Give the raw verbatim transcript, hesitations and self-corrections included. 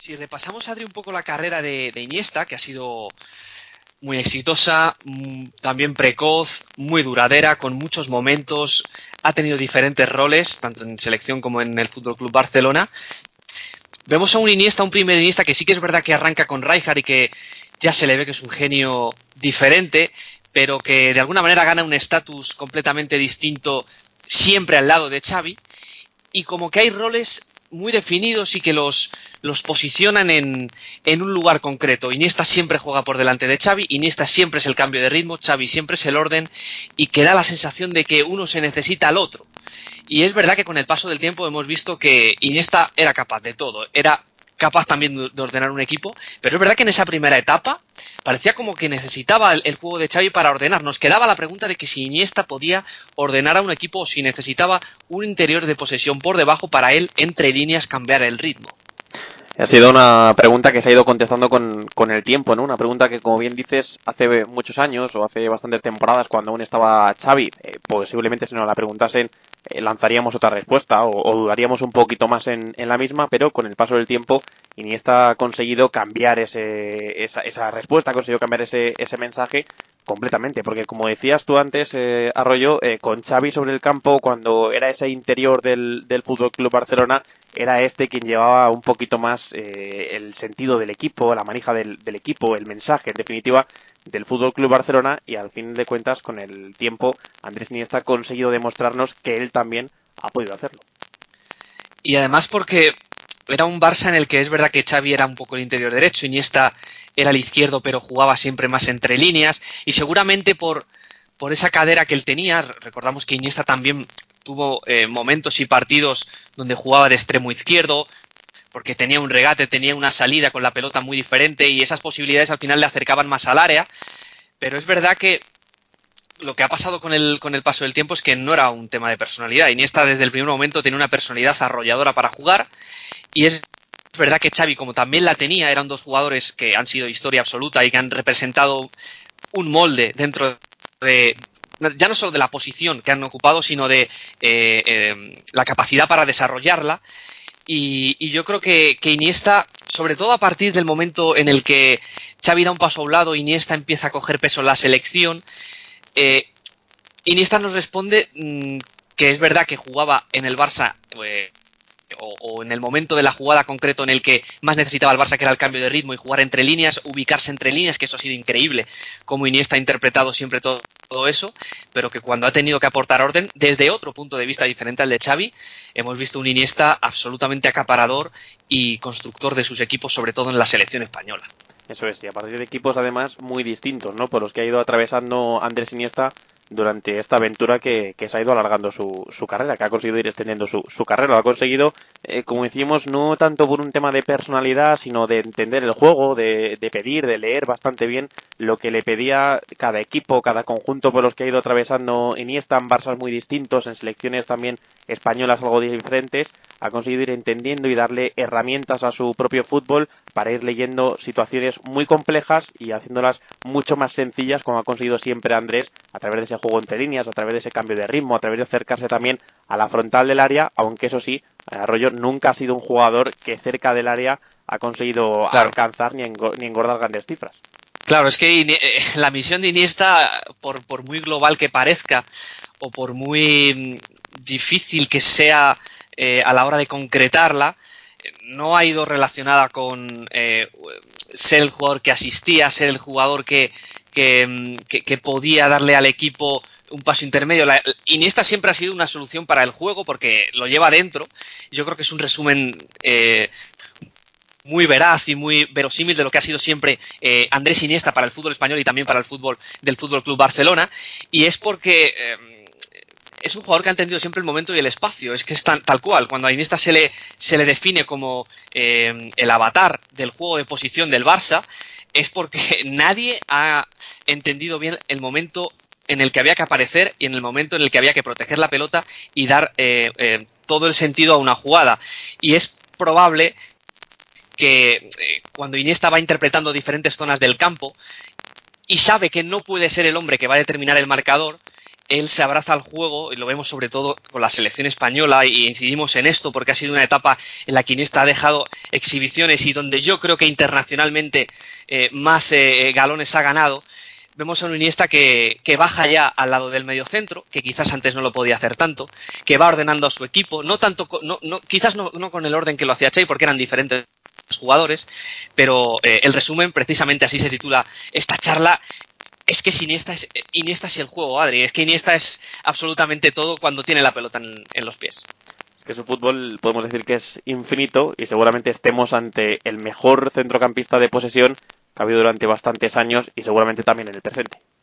Si repasamos, Adri, un poco la carrera de, de Iniesta, que ha sido muy exitosa, también precoz, muy duradera, con muchos momentos, ha tenido diferentes roles, tanto en selección como en el F C Barcelona. Vemos a un Iniesta, un primer Iniesta, que sí que es verdad que arranca con Rijkaard y que ya se le ve que es un genio diferente, pero que de alguna manera gana un estatus completamente distinto siempre al lado de Xavi, y como que hay roles muy definidos y que los, los posicionan en, en un lugar concreto. Iniesta siempre juega por delante de Xavi, Iniesta siempre es el cambio de ritmo, Xavi siempre es el orden, y que da la sensación de que uno se necesita al otro. Y es verdad que con el paso del tiempo hemos visto que Iniesta era capaz de todo, era capaz también de ordenar un equipo, pero es verdad que en esa primera etapa parecía como que necesitaba el, el juego de Xavi para ordenar. Nos quedaba la pregunta de que si Iniesta podía ordenar a un equipo o si necesitaba un interior de posesión por debajo para él, entre líneas, cambiar el ritmo. Ha sido una pregunta que se ha ido contestando con, con el tiempo, ¿no? Una pregunta que, como bien dices, hace muchos años o hace bastantes temporadas, cuando aún estaba Xavi, eh, posiblemente si nos la preguntasen eh, lanzaríamos otra respuesta o, o dudaríamos un poquito más en, en la misma, pero con el paso del tiempo Iniesta ha conseguido cambiar ese, esa, esa respuesta, ha conseguido cambiar ese, ese mensaje completamente, porque como decías tú antes, eh, Arroyo, eh, con Xavi sobre el campo, cuando era ese interior del, del F C Barcelona, era este quien llevaba un poquito más eh, el sentido del equipo, la manija del, del equipo, el mensaje, en definitiva, del F C Barcelona, y al fin de cuentas, con el tiempo, Andrés Iniesta ha conseguido demostrarnos que él también ha podido hacerlo. Y además porque era un Barça en el que es verdad que Xavi era un poco el interior derecho, Iniesta era el izquierdo, pero jugaba siempre más entre líneas, y seguramente por, por esa cadera que él tenía, recordamos que Iniesta también tuvo eh, momentos y partidos donde jugaba de extremo izquierdo, porque tenía un regate, tenía una salida con la pelota muy diferente, y esas posibilidades al final le acercaban más al área, pero es verdad que lo que ha pasado con el, con el paso del tiempo es que no era un tema de personalidad. Iniesta desde el primer momento tenía una personalidad arrolladora para jugar, y es verdad que Xavi, como también la tenía, eran dos jugadores que han sido historia absoluta y que han representado un molde dentro de, ya no solo de la posición que han ocupado, sino de eh, eh, la capacidad para desarrollarla. Y, y yo creo que, que Iniesta, sobre todo a partir del momento en el que Xavi da un paso a un lado, Iniesta empieza a coger peso en la selección. Eh, Iniesta nos responde mmm, que es verdad que jugaba en el Barça eh, o, o en el momento de la jugada concreto en el que más necesitaba el Barça, que era el cambio de ritmo y jugar entre líneas, ubicarse entre líneas, que eso ha sido increíble, como Iniesta ha interpretado siempre todo, todo eso, pero que cuando ha tenido que aportar orden, desde otro punto de vista diferente al de Xavi, hemos visto un Iniesta absolutamente acaparador y constructor de sus equipos, sobre todo en la selección española. Eso es, y a partir de equipos además muy distintos, ¿no? Por los que ha ido atravesando Andrés Iniesta durante esta aventura que, que se ha ido alargando su, su carrera, que ha conseguido ir extendiendo su, su carrera. Lo ha conseguido, eh, como decimos, no tanto por un tema de personalidad, sino de entender el juego, de, de pedir, de leer bastante bien lo que le pedía cada equipo, cada conjunto por los que ha ido atravesando Iniesta, en Barças muy distintos, en selecciones también españolas algo diferentes. Ha conseguido ir entendiendo y darle herramientas a su propio fútbol para ir leyendo situaciones muy complejas y haciéndolas mucho más sencillas, como ha conseguido siempre Andrés, a través de ese juego entre líneas, a través de ese cambio de ritmo, a través de acercarse también a la frontal del área, aunque eso sí, Arroyo nunca ha sido un jugador que cerca del área ha conseguido claro. alcanzar ni engordar grandes cifras. Claro, es que la misión de Iniesta, por, por muy global que parezca, o por muy difícil que sea eh, a la hora de concretarla, no ha ido relacionada con eh, ser el jugador que asistía, ser el jugador que, que, que, que podía darle al equipo un paso intermedio. La, Iniesta siempre ha sido una solución para el juego porque lo lleva dentro. Yo creo que es un resumen eh, muy veraz y muy verosímil de lo que ha sido siempre eh, Andrés Iniesta para el fútbol español y también para el fútbol del F C Barcelona, y es porque eh, es un jugador que ha entendido siempre el momento y el espacio. Es que es tan, tal cual, cuando a Iniesta se le, se le define como eh, el avatar del juego de posición del Barça, es porque nadie ha entendido bien el momento en el que había que aparecer y en el momento en el que había que proteger la pelota y dar eh, eh, todo el sentido a una jugada. Y es probable que eh, cuando Iniesta va interpretando diferentes zonas del campo y sabe que no puede ser el hombre que va a determinar el marcador, él se abraza al juego, y lo vemos sobre todo con la selección española, y incidimos en esto porque ha sido una etapa en la que Iniesta ha dejado exhibiciones y donde yo creo que internacionalmente eh, más eh, galones ha ganado. Vemos a un Iniesta que, que baja ya al lado del mediocentro, que quizás antes no lo podía hacer tanto, que va ordenando a su equipo, no tanto, no, no, quizás no, no con el orden que lo hacía Xavi, porque eran diferentes jugadores, pero eh, el resumen, precisamente así se titula esta charla. Es que Iniesta es, Iniesta es el juego, Adri. Es que Iniesta es absolutamente todo cuando tiene la pelota en, en los pies. Que su fútbol podemos decir que es infinito y seguramente estemos ante el mejor centrocampista de posesión que ha habido durante bastantes años y seguramente también en el presente.